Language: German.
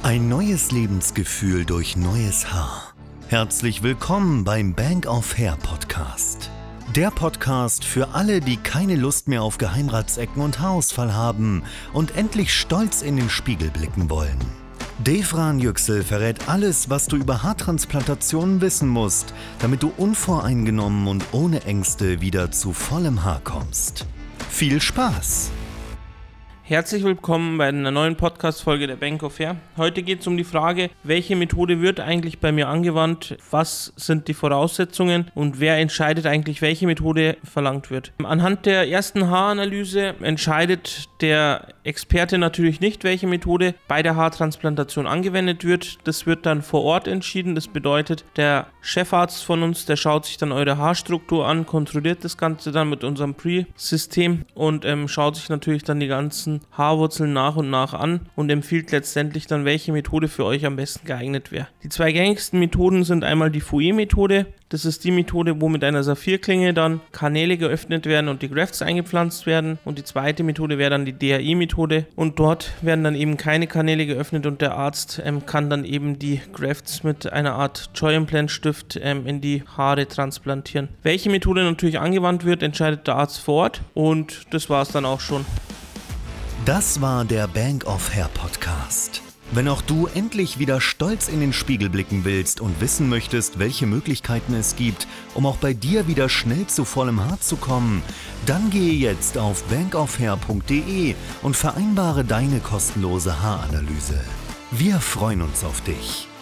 Ein neues Lebensgefühl durch neues Haar. Herzlich willkommen beim Bank of Hair Podcast. Der Podcast für alle, die keine Lust mehr auf Geheimratsecken und Haarausfall haben und endlich stolz in den Spiegel blicken wollen. Devran Yüksel verrät alles, was du über Haartransplantationen wissen musst, damit du unvoreingenommen und ohne Ängste wieder zu vollem Haar kommst. Viel Spaß! Herzlich willkommen bei einer neuen Podcast-Folge der Bank of Hair. Heute geht es um die Frage, welche Methode wird eigentlich bei mir angewandt, was sind die Voraussetzungen und wer entscheidet eigentlich, welche Methode verlangt wird. Anhand der ersten Haaranalyse entscheidet der Experte natürlich nicht, welche Methode bei der Haartransplantation angewendet wird. Das wird dann vor Ort entschieden. Das bedeutet, der Chefarzt von uns, der schaut sich dann eure Haarstruktur an, kontrolliert das Ganze dann mit unserem Pre-System und schaut sich natürlich dann die ganzen Haarwurzeln nach und nach an und empfiehlt letztendlich dann, welche Methode für euch am besten geeignet wäre. Die zwei gängigsten Methoden sind einmal die Fouet-Methode. Das ist die Methode, wo mit einer Saphirklinge dann Kanäle geöffnet werden und die Grafts eingepflanzt werden. Und die zweite Methode wäre dann die DAI-Methode. Und dort werden dann eben keine Kanäle geöffnet und der Arzt kann dann eben die Grafts mit einer Art Joy-Implant-Stift in die Haare transplantieren. Welche Methode natürlich angewandt wird, entscheidet der Arzt vor Ort. Und das war es dann auch schon. Das war der Bank of Hair Podcast. Wenn auch du endlich wieder stolz in den Spiegel blicken willst und wissen möchtest, welche Möglichkeiten es gibt, um auch bei dir wieder schnell zu vollem Haar zu kommen, dann gehe jetzt auf bankofhair.de und vereinbare deine kostenlose Haaranalyse. Wir freuen uns auf dich.